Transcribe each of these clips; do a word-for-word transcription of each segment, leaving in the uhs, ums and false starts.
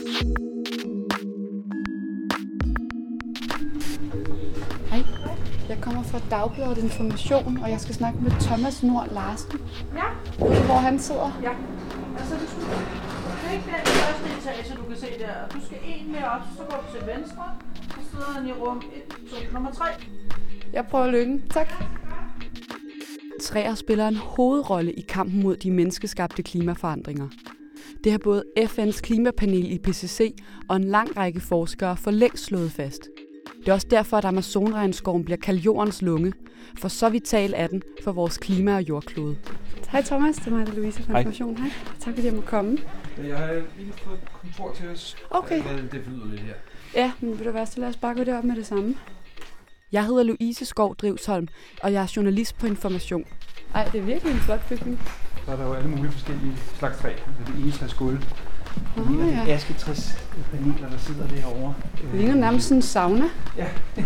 Hej, jeg kommer fra Dagbladet Information, og jeg skal snakke med Thomas Nord Larsen. Ja. Ved du, hvor han sidder? Ja. Altså, du skal... Det er ikke den første etage, du kan se der. Du skal en mere op, så går du til venstre. Så sidder han i rum et, to, nummer tre. Jeg prøver lykken. Tak. Træer spiller en hovedrolle i kampen mod de menneskeskabte klimaforandringer. Det har både F N's klimapanel I P C C og en lang række forskere for længst slået fast. Det er også derfor, at Amazonregnskoven bliver kaldt jordens lunge, for så vital er den for vores klima og jordklode. Hej Thomas, det er mig, det er Louise fra Information. Hej. Tak fordi jeg må komme. Jeg har lige fået kontor til os. Okay. Det flyder lidt her. Ja, men vil du være så lad os bare gå derop med det samme. Jeg hedder Louise Skov Drivsholm, og jeg er journalist på Information. Ej, det er virkelig en flot bygning. Så er der jo alle mulige forskellige slags træ. Det er egetræsgulv. Oh, det er ja. asketræspaneler, der sidder derovre. Det ligner nærmest sådan en sauna. Ja,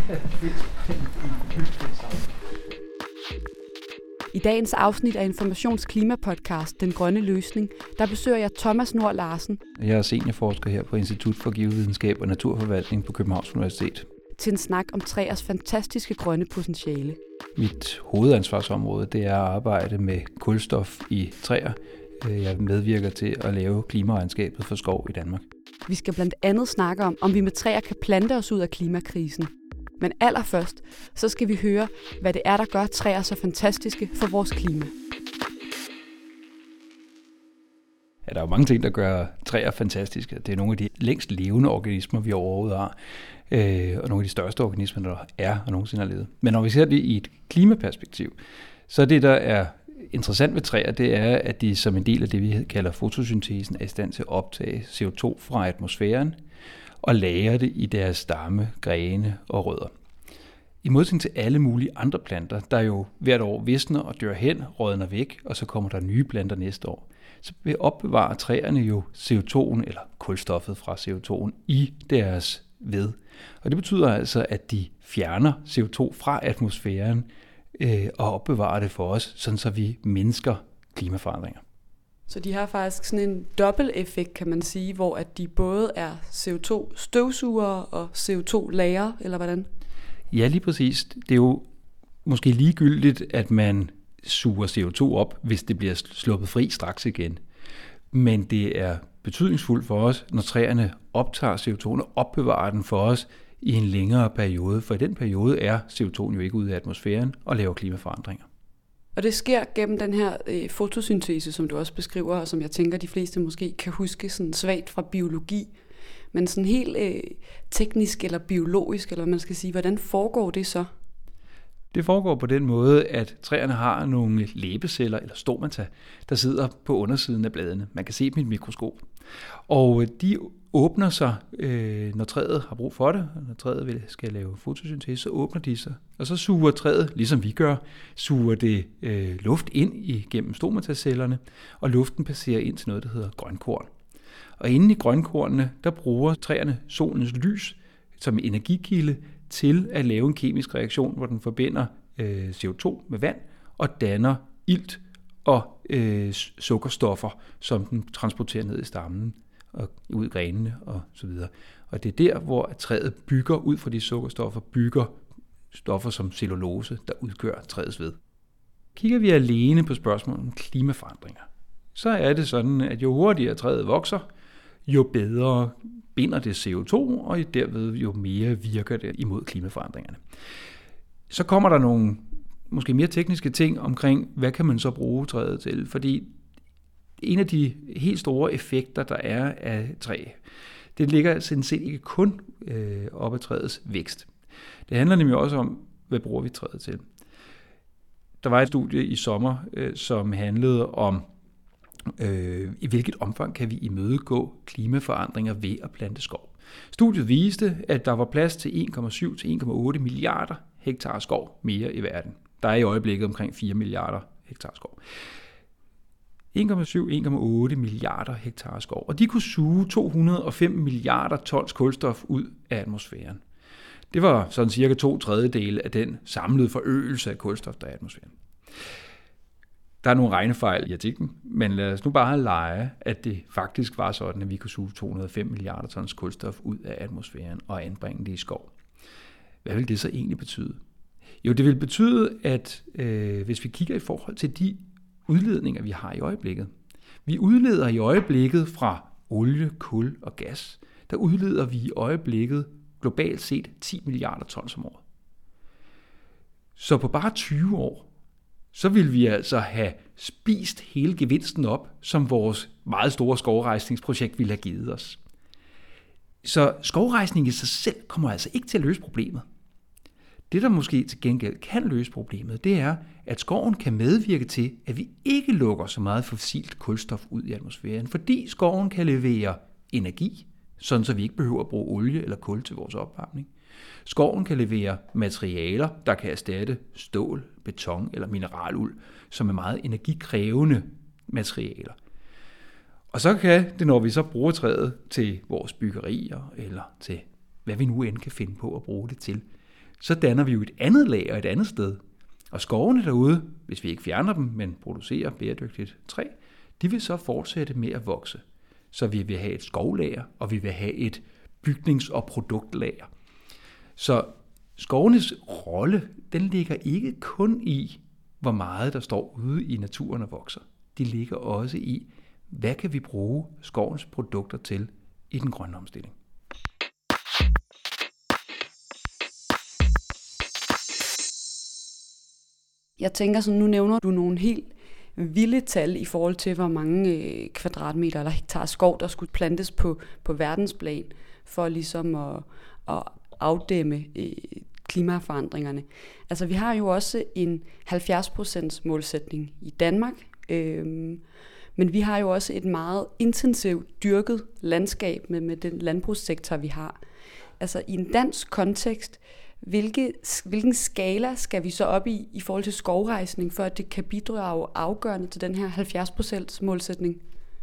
fyldt sauna. I dagens afsnit af Informations klimapodcast Den Grønne Løsning, der besøger jeg Thomas Nord Larsen. Jeg er seniorforsker her på Institut for Geovidenskab og Naturforvaltning på Københavns Universitet. Til en snak om træers fantastiske grønne potentiale. Mit hovedansvarsområde det er at arbejde med kulstof i træer. Jeg medvirker til at lave klimaregnskabet for skov i Danmark. Vi skal blandt andet snakke om, om vi med træer kan plante os ud af klimakrisen. Men allerførst, så skal vi høre, hvad det er, der gør træer så fantastiske for vores klima. Ja, der er jo mange ting, der gør træer fantastiske. Det er nogle af de længst levende organismer, vi overhovedet har. Øh, og nogle af de største organismer, der er og nogensinde har levet. Men når vi ser det i et klimaperspektiv, så det, der er interessant ved træer, det er, at de som en del af det, vi kalder fotosyntesen, er i stand til at optage C O to fra atmosfæren og lagre det i deres stamme, grene og rødder. I modsætning til alle mulige andre planter, der jo hvert år visner og dør hen, rådner væk, og så kommer der nye planter næste år, så vil opbevare træerne jo C O to'en, eller kulstoffet fra C O to'en, i deres ved. Og det betyder altså, at de fjerner C O to fra atmosfæren øh, og opbevarer det for os, sådan så vi mindsker klimaforandringer. Så de har faktisk sådan en dobbelt effekt, kan man sige, hvor at de både er C O to støvsugere og C O to lagre, eller hvordan? Ja, lige præcis. Det er jo måske ligegyldigt, at man suger C O to op, hvis det bliver sluppet fri straks igen. Men det er betydningsfuldt for os, når træerne optager C O to'en og opbevarer den for os i en længere periode. For i den periode er C O to'en jo ikke ude af atmosfæren og laver klimaforandringer. Og det sker gennem den her øh, fotosyntese, som du også beskriver, og som jeg tænker, de fleste måske kan huske sådan svagt fra biologi. Men sådan helt øh, teknisk eller biologisk, eller hvad man skal sige, hvordan foregår det så? Det foregår på den måde, at træerne har nogle læbeceller, eller stomata, der sidder på undersiden af bladene. Man kan se dem i et mikroskop. Og de åbner sig, øh, når træet har brug for det. Når træet skal lave fotosyntese, så åbner de sig. Og så suger træet, ligesom vi gør, suger det øh, luft ind igennem stomatacellerne, og luften passerer ind til noget, der hedder grønkorn. Og inde i grønkornene, der bruger træerne solens lys som energikilde til at lave en kemisk reaktion, hvor den forbinder øh, C O to med vand og danner ilt og øh, sukkerstoffer, som den transporterer ned i stammen og ud i grenene og så videre. Og det er der, hvor træet bygger ud fra de sukkerstoffer, bygger stoffer som cellulose, der udgør træets ved. Kigger vi alene på spørgsmålet om klimaforandringer, så er det sådan, at jo hurtigere træet vokser, jo bedre binder det C O to, og derved jo mere virker det imod klimaforandringerne. Så kommer der nogle måske mere tekniske ting omkring, hvad kan man så bruge træet til? Fordi en af de helt store effekter, der er af træ, det ligger sådan set ikke kun øh, op ad træets vækst. Det handler nemlig også om, hvad bruger vi træet til? Der var et studie i sommer, øh, som handlede om, øh, i hvilket omfang kan vi imødegå klimaforandringer ved at plante skov. Studiet viste, at der var plads til en komma syv til en komma otte milliarder hektar skov mere i verden. Der er i øjeblikket omkring fire milliarder hektar skov. en komma syv til en komma otte milliarder hektar skov, og de kunne suge to hundrede og fem milliarder tons kulstof ud af atmosfæren. Det var sådan cirka to tredjedele af den samlede forøgelse af kulstof, der er i atmosfæren. Der er nogle regnefejl i artiklen, men lad os nu bare lege, at det faktisk var sådan, at vi kunne suge to hundrede og fem milliarder tons kulstof ud af atmosfæren og anbringe det i skov. Hvad vil det så egentlig betyde? Jo, det vil betyde, at øh, hvis vi kigger i forhold til de udledninger, vi har i øjeblikket. Vi udleder i øjeblikket fra olie, kul og gas. Der udleder vi i øjeblikket globalt set ti milliarder tons om året. Så på bare tyve år, så vil vi altså have spist hele gevinsten op, som vores meget store skovrejsningsprojekt ville have givet os. Så skovrejsning i sig selv kommer altså ikke til at løse problemet. Det, der måske til gengæld kan løse problemet, det er, at skoven kan medvirke til, at vi ikke lukker så meget fossilt kulstof ud i atmosfæren, fordi skoven kan levere energi, sådan så vi ikke behøver at bruge olie eller kul til vores opvarmning. Skoven kan levere materialer, der kan erstatte stål, beton eller mineraluld, som er meget energikrævende materialer. Og så kan det, når vi så bruger træet til vores byggerier, eller til hvad vi nu end kan finde på at bruge det til, så danner vi jo et andet lager et andet sted. Og skovene derude, hvis vi ikke fjerner dem, men producerer bæredygtigt træ, de vil så fortsætte med at vokse. Så vi vil have et skovlager, og vi vil have et bygnings- og produktlager. Så skovenes rolle, den ligger ikke kun i, hvor meget der står ude i naturen og vokser. De ligger også i, hvad kan vi bruge skovens produkter til i den grønne omstilling. Jeg tænker sådan, nu nævner du nogle helt vilde tal i forhold til, hvor mange øh, kvadratmeter eller hektar skov, der skulle plantes på, på verdensplan, for ligesom at, at afdæmme øh, klimaforandringerne. Altså vi har jo også en halvfjerds procent målsætning i Danmark, øh, men vi har jo også et meget intensivt dyrket landskab med, med den landbrugssektor, vi har. Altså i en dansk kontekst, Hvilke, hvilken skala skal vi så op i i forhold til skovrejsning, for at det kan bidrage afgørende til den her halvfjerds procent målsætning?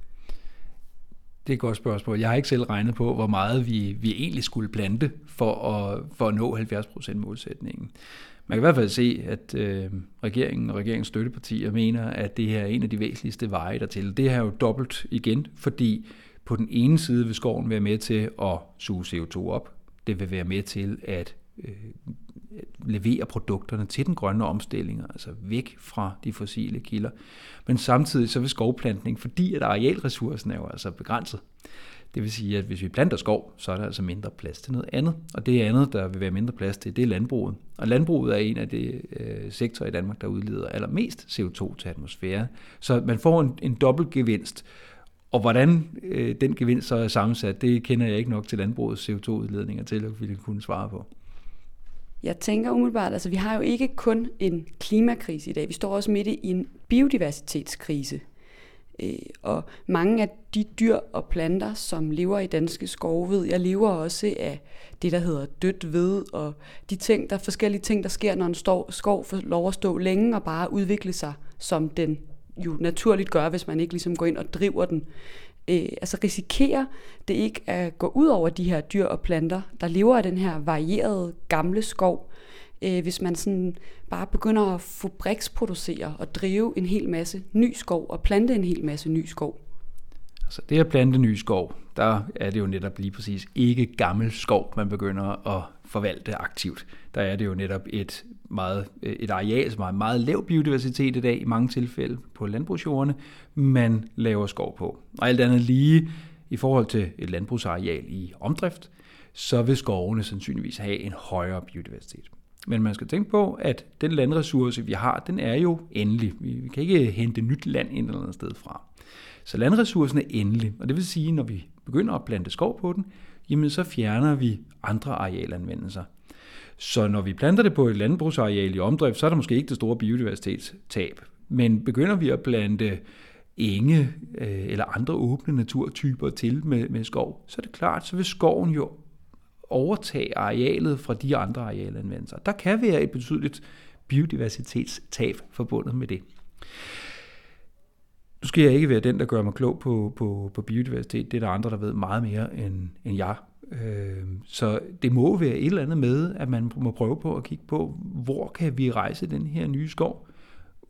Det er et godt spørgsmål. Jeg har ikke selv regnet på, hvor meget vi, vi egentlig skulle plante for at, for at nå halvfjerds procent målsætningen. Man kan i hvert fald se, at øh, regeringen og regeringens støttepartier mener, at det her er en af de væsentligste veje dertil. Det her er jo dobbelt igen, fordi på den ene side vil skoven være med til at suge C O to op. Det vil være med til at levere produkterne til den grønne omstilling, altså væk fra de fossile kilder. Men samtidig så vil skovplantning, fordi at arealressourcen er jo altså begrænset. Det vil sige, at hvis vi planter skov, så er der altså mindre plads til noget andet. Og det andet, der vil være mindre plads til, det er landbruget. Og landbruget er en af de øh, sektorer i Danmark, der udleder allermest C O to til atmosfæren. Så man får en, en dobbelt gevinst. Og hvordan øh, den gevinst så er sammensat, det kender jeg ikke nok til landbrugets C O to udledninger til, at vi vil kunne svare på. Jeg tænker umiddelbart, altså vi har jo ikke kun en klimakrise i dag, vi står også midt i en biodiversitetskrise. Og mange af de dyr og planter, som lever i danske skove, ved jeg, lever også af det, der hedder dødt ved, og de ting, der er forskellige ting, der sker, når en skov får lov at stå længe og bare udvikle sig, som den jo naturligt gør, hvis man ikke ligesom går ind og driver den. Øh, altså risikerer det ikke at gå ud over de her dyr og planter, der lever af den her varierede gamle skov, øh, hvis man sådan bare begynder at fabriksproducere og drive en hel masse ny skov og plante en hel masse ny skov? Altså det at plante ny skov, der er det jo netop lige præcis ikke gammel skov, man begynder at forvalte aktivt. Der er det jo netop et, meget, et areal, som har meget lav biodiversitet i dag, i mange tilfælde på landbrugsjordene, man laver skov på. Og alt andet lige i forhold til et landbrugsareal i omdrift, så vil skovene sandsynligvis have en højere biodiversitet. Men man skal tænke på, at den landressource, vi har, den er jo endelig. Vi kan ikke hente nyt land et eller andet sted fra. Så landressourcen er endelig, og det vil sige, at når vi begynder at plante skov på den, jamen så fjerner vi andre arealanvendelser. Så når vi planter det på et landbrugsareal i omdrift, så er der måske ikke det store biodiversitetstab. Men begynder vi at plante enge øh, eller andre åbne naturtyper til med, med skov, så er det klart, så vil skoven jo overtage arealet fra de andre arealanvendelser. Der kan være et betydeligt biodiversitetstab forbundet med det. Nu skal jeg ikke være den, der gør mig klog på, på, på biodiversitet. Det er der andre, der ved meget mere end, end jeg. Så det må være et eller andet med, at man må prøve på at kigge på, hvor kan vi rejse den her nye skov,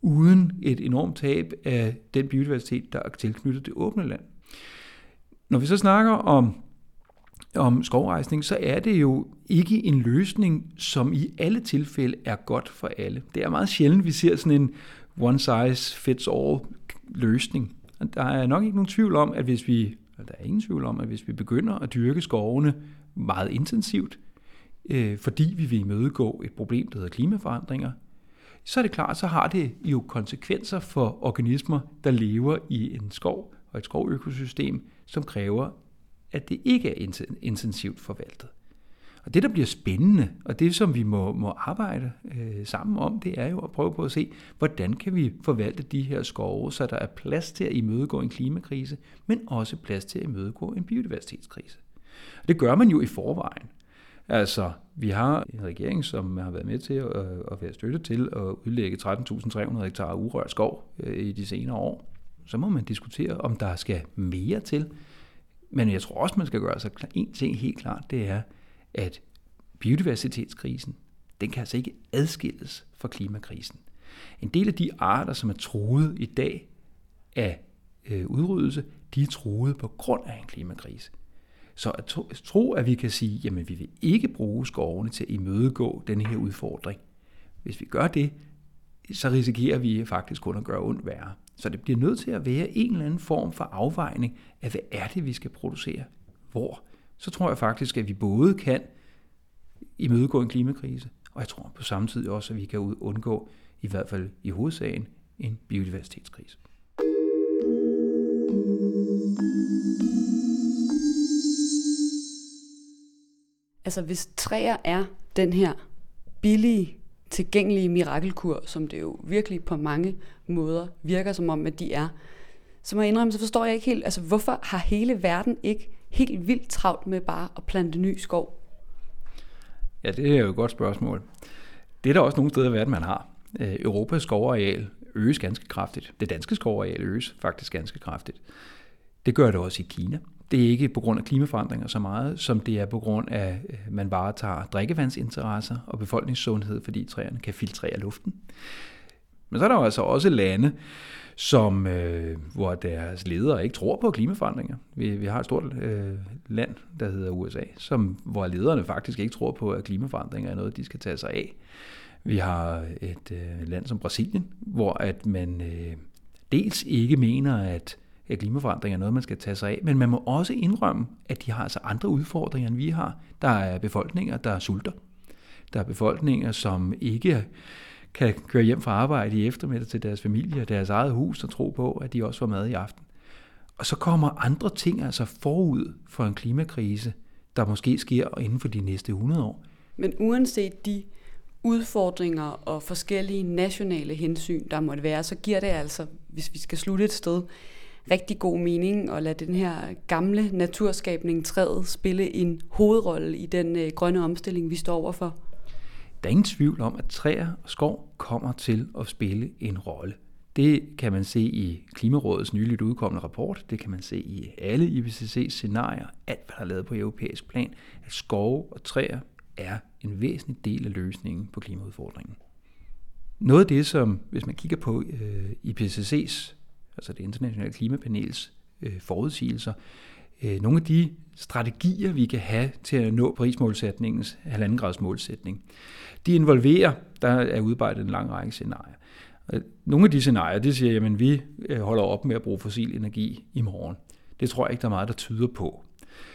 uden et enormt tab af den biodiversitet, der er tilknyttet det åbne land. Når vi så snakker om, om skovrejsning, så er det jo ikke en løsning, som i alle tilfælde er godt for alle. Det er meget sjældent, vi ser sådan en one size fits all løsning. Der er nok ikke nogen tvivl om, at hvis vi, der er ingen tvivl om, at hvis vi begynder at dyrke skovene meget intensivt, øh, fordi vi vil imødegå et problem, der hedder klimaforandringer, så er det klart, så har det jo konsekvenser for organismer, der lever i en skov og et skovøkosystem, som kræver, at det ikke er intensivt forvaltet. Og det, der bliver spændende, og det, som vi må, må arbejde øh, sammen om, det er jo at prøve på at se, hvordan kan vi forvalte de her skove, så der er plads til at imødegå en klimakrise, men også plads til at imødegå en biodiversitetskrise. Og det gør man jo i forvejen. Altså, vi har en regering, som har været med til at, at være støtte til at udlægge tretten tusind tre hundrede hektar urørt skov øh, i de senere år. Så må man diskutere, om der skal mere til. Men jeg tror også, man skal gøre sig en ting helt klart, det er, at biodiversitetskrisen, den kan altså ikke adskilles fra klimakrisen. En del af de arter, som er truet i dag af øh, udryddelse, de er truet på grund af en klimakrise. Så at tro, at vi kan sige, jamen vi vil ikke bruge skovene til at imødegå denne her udfordring. Hvis vi gør det, så risikerer vi faktisk kun at gøre ondt værre. Så det bliver nødt til at være en eller anden form for afvejning af, hvad er det, vi skal producere? Hvor? Så tror jeg faktisk, at vi både kan imødegå en klimakrise, og jeg tror på samme tid også, at vi kan undgå, i hvert fald i hovedsagen, en biodiversitetskrise. Altså hvis træer er den her billige, tilgængelige mirakelkur, som det jo virkelig på mange måder virker som om, at de er, så må jeg indrømme, så forstår jeg ikke helt, altså hvorfor har hele verden ikke helt vildt travlt med bare at plante ny skov? Ja, det er jo et godt spørgsmål. Det er der også nogle steder i verden, man har. Europas skovareal øges ganske kraftigt. Det danske skovareal øges faktisk ganske kraftigt. Det gør det også i Kina. Det er ikke på grund af klimaforandringer så meget, som det er på grund af, at man bare tager drikkevandsinteresser og befolkningssundhed, fordi træerne kan filtrere luften. Men så er der jo altså også lande, som, øh, hvor deres ledere ikke tror på klimaforandringer. Vi, vi har et stort øh, land, der hedder U S A, som, hvor lederne faktisk ikke tror på, at klimaforandringer er noget, de skal tage sig af. Vi har et øh, land som Brasilien, hvor at man øh, dels ikke mener, at at klimaforandring er noget, man skal tage sig af, men man må også indrømme, at de har altså andre udfordringer, end vi har. Der er befolkninger, der sulter. Der er befolkninger, som ikke kan køre hjem fra arbejde i eftermiddag til deres familie og deres eget hus og tro på, at de også får mad i aften. Og så kommer andre ting altså forud for en klimakrise, der måske sker inden for de næste hundrede år. Men uanset de udfordringer og forskellige nationale hensyn, der måtte være, så giver det altså, hvis vi skal slutte et sted, rigtig god mening at lade den her gamle naturskabning, træet, spille en hovedrolle i den øh, grønne omstilling, vi står overfor? Der er ingen tvivl om, at træer og skov kommer til at spille en rolle. Det kan man se i Klimarådets nyligt udkommende rapport, det kan man se i alle I P C C-scenarier, alt hvad der er lavet på europæisk plan, at skove og træer er en væsentlig del af løsningen på klimaudfordringen. Noget af det, som hvis man kigger på øh, I P C C's, altså det internationale klimapanels øh, forudsigelser, øh, nogle af de strategier, vi kan have til at nå Paris-målsætningens halvanden grads målsætning, de involverer, der er udarbejdet en lang række scenarier. Og nogle af de scenarier, det siger, at vi holder op med at bruge fossil energi i morgen. Det tror jeg ikke, der er meget, der tyder på.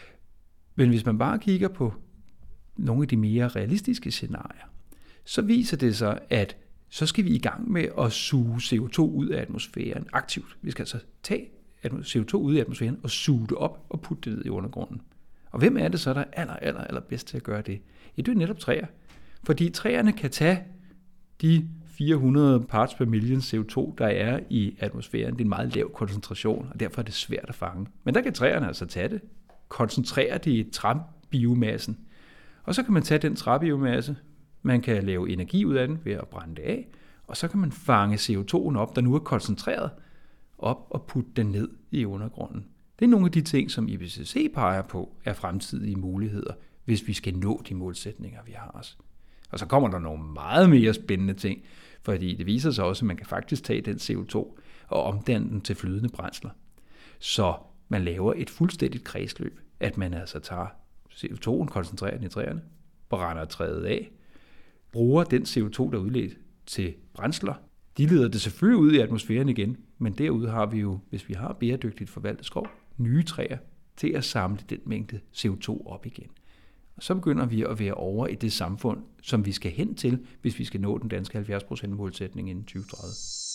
Men hvis man bare kigger på nogle af de mere realistiske scenarier, så viser det sig, at så skal vi i gang med at suge C O to ud af atmosfæren aktivt. Vi skal altså tage C O to ud af atmosfæren og suge det op og putte det ned i undergrunden. Og hvem er det så, der er aller, aller, aller bedst til at gøre det? Ja, det er netop træer. Fordi træerne kan tage de fire hundrede parts per million C O to, der er i atmosfæren. Det er en meget lav koncentration, og derfor er det svært at fange. Men der kan træerne altså tage det, koncentrere det i træbiomassen, og så kan man tage den træbiomasse, man kan lave energi ud af den ved at brænde det af, og så kan man fange C O to'en op, der nu er koncentreret, op og putte den ned i undergrunden. Det er nogle af de ting, som I P C C peger på, er fremtidige muligheder, hvis vi skal nå de målsætninger, vi har os. Og så kommer der nogle meget mere spændende ting, Fordi det viser sig også, at man kan faktisk tage den C O to og omdanne den til flydende brændsler. Så man laver et fuldstændigt kredsløb, at man altså tager C O to'en, koncentrerer den i træerne, brænder træet af, bruger den C O to, der er udledt til brændsler. De leder det selvfølgelig ud i atmosfæren igen, men derude har vi jo, hvis vi har bæredygtigt forvaltet skov, nye træer til at samle den mængde C O to op igen. Og så begynder vi at være over i det samfund, som vi skal hen til, hvis vi skal nå den danske halvfjerds procent målsætning inden tyve tredive.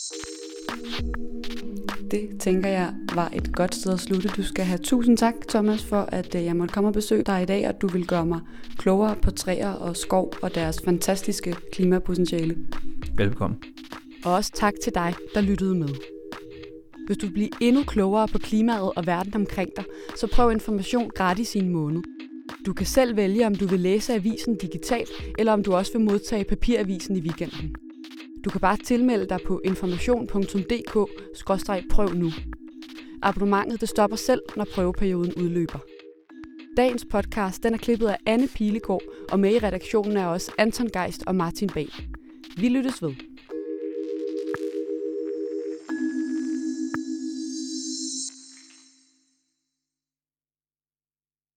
Det tænker jeg var et godt sted at slutte. Du skal have tusind tak, Thomas, for at jeg måtte komme og besøge dig i dag, og du vil gøre mig klogere på træer og skov og deres fantastiske klimapotentiale. Velkommen. Og også tak til dig, der lyttede med. Hvis du vil blive endnu klogere på klimaet og verden omkring dig, så prøv Information gratis i en måned. Du kan selv vælge, om du vil læse avisen digitalt, eller om du også vil modtage papiravisen i weekenden. Du kan bare tilmelde dig på information punktum d k skråstreg prøv nu. Abonnementet det stopper selv, når prøveperioden udløber. Dagens podcast den er klippet af Anne Pilegaard, og med i redaktionen er også Anton Geist og Martin Bag. Vi lyttes ved.